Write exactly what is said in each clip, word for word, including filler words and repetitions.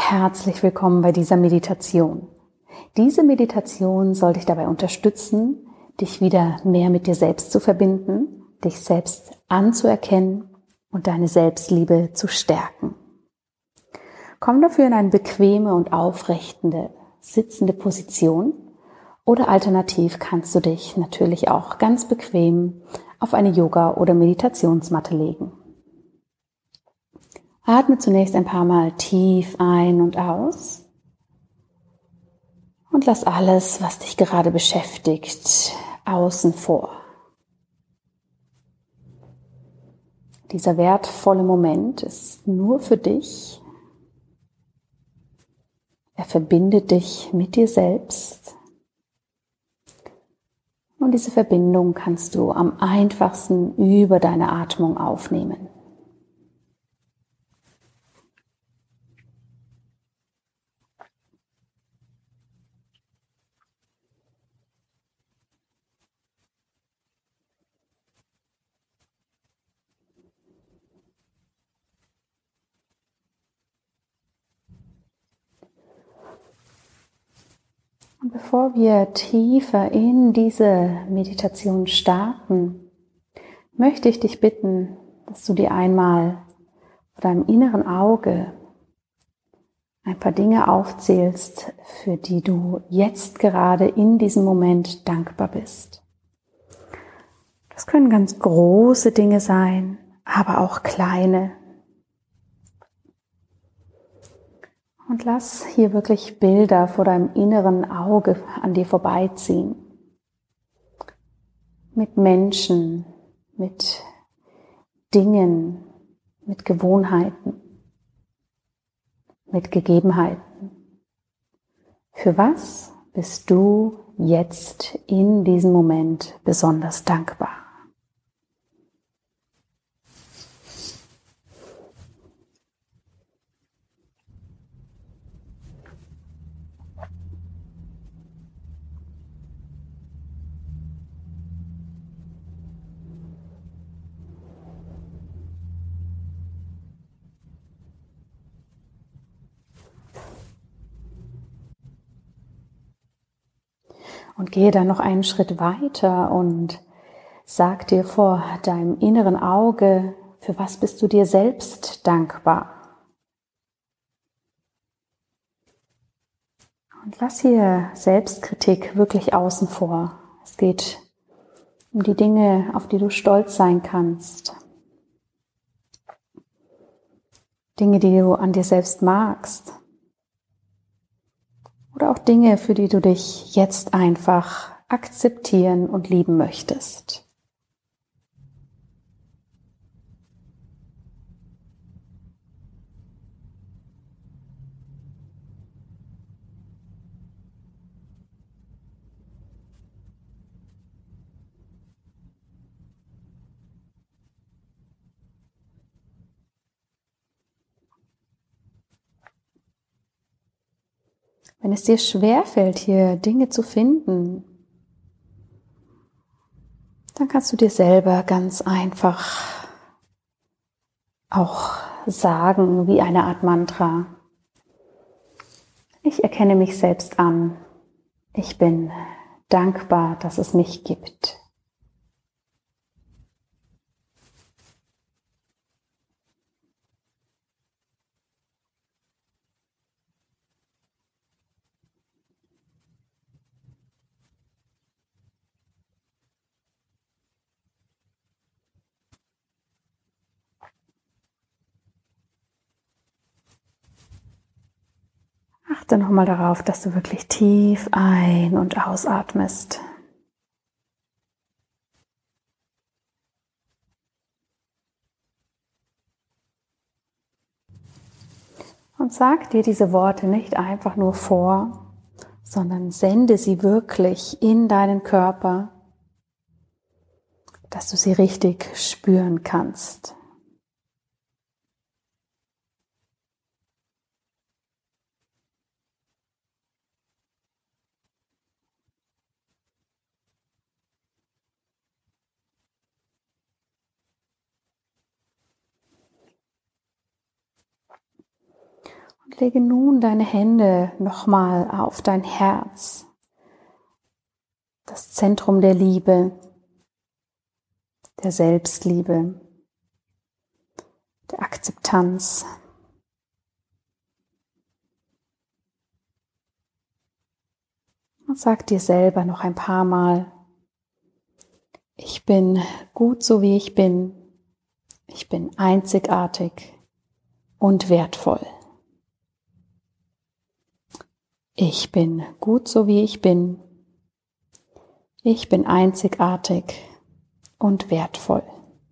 Herzlich willkommen bei dieser Meditation. Diese Meditation soll dich dabei unterstützen, dich wieder mehr mit dir selbst zu verbinden, dich selbst anzuerkennen und deine Selbstliebe zu stärken. Komm dafür in eine bequeme und aufrechtende, sitzende Position oder alternativ kannst du dich natürlich auch ganz bequem auf eine Yoga- oder Meditationsmatte legen. Atme zunächst ein paar Mal tief ein und aus und lass alles, was dich gerade beschäftigt, außen vor. Dieser wertvolle Moment ist nur für dich. Er verbindet dich mit dir selbst. Und diese Verbindung kannst du am einfachsten über deine Atmung aufnehmen. Und bevor wir tiefer in diese Meditation starten, möchte ich dich bitten, dass du dir einmal vor deinem inneren Auge ein paar Dinge aufzählst, für die du jetzt gerade in diesem Moment dankbar bist. Das können ganz große Dinge sein, aber auch kleine. Und lass hier wirklich Bilder vor deinem inneren Auge an dir vorbeiziehen. Mit Menschen, mit Dingen, mit Gewohnheiten, mit Gegebenheiten. Für was bist du jetzt in diesem Moment besonders dankbar? Und gehe dann noch einen Schritt weiter und sag dir vor deinem inneren Auge, für was bist du dir selbst dankbar? Und lass hier Selbstkritik wirklich außen vor. Es geht um die Dinge, auf die du stolz sein kannst. Dinge, die du an dir selbst magst. Oder auch Dinge, für die du dich jetzt einfach akzeptieren und lieben möchtest. Wenn es dir schwerfällt, hier Dinge zu finden, dann kannst du dir selber ganz einfach auch sagen, wie eine Art Mantra: Ich erkenne mich selbst an. Ich bin dankbar, dass es mich gibt. Achte nochmal darauf, dass du wirklich tief ein- und ausatmest. Und sag dir diese Worte nicht einfach nur vor, sondern sende sie wirklich in deinen Körper, dass du sie richtig spüren kannst. Und lege nun deine Hände nochmal auf dein Herz, das Zentrum der Liebe, der Selbstliebe, der Akzeptanz. Und sag dir selber noch ein paar Mal: Ich bin gut so wie ich bin. Ich bin einzigartig und wertvoll. Ich bin gut so wie ich bin. Ich bin einzigartig und wertvoll.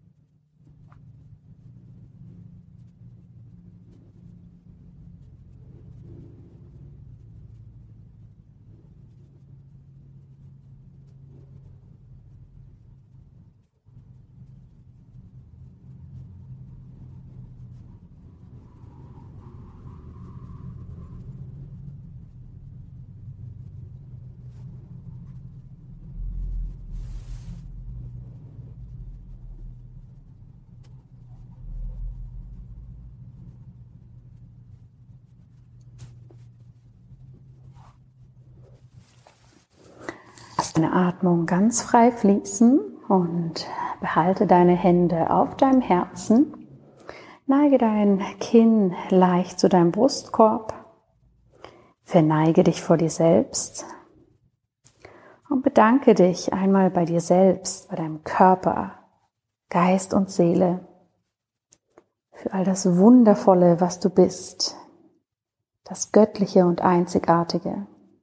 Lass deine Atmung ganz frei fließen und behalte deine Hände auf deinem Herzen. Neige dein Kinn leicht zu deinem Brustkorb. Verneige dich vor dir selbst und bedanke dich einmal bei dir selbst, bei deinem Körper, Geist und Seele für all das Wundervolle, was du bist, das Göttliche und Einzigartige.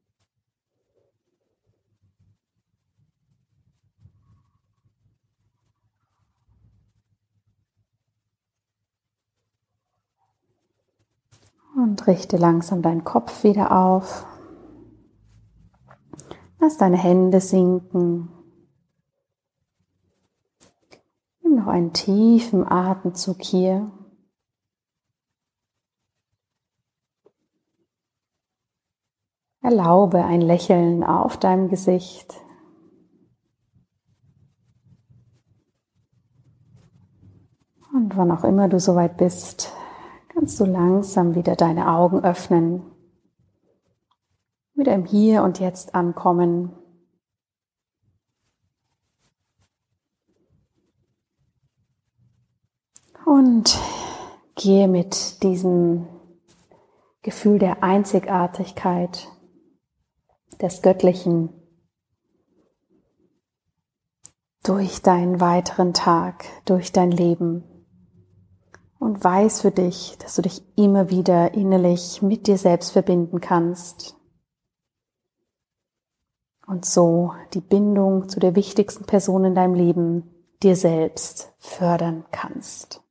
Und richte langsam deinen Kopf wieder auf. Lass deine Hände sinken. Nimm noch einen tiefen Atemzug hier. Erlaube ein Lächeln auf deinem Gesicht. Und wann auch immer du soweit bist, kannst du langsam wieder deine Augen öffnen, wieder im Hier und Jetzt ankommen. Und gehe mit diesem Gefühl der Einzigartigkeit, des Göttlichen, durch deinen weiteren Tag, durch dein Leben. Und weiß für dich, dass du dich immer wieder innerlich mit dir selbst verbinden kannst und so die Bindung zu der wichtigsten Person in deinem Leben, dir selbst, fördern kannst.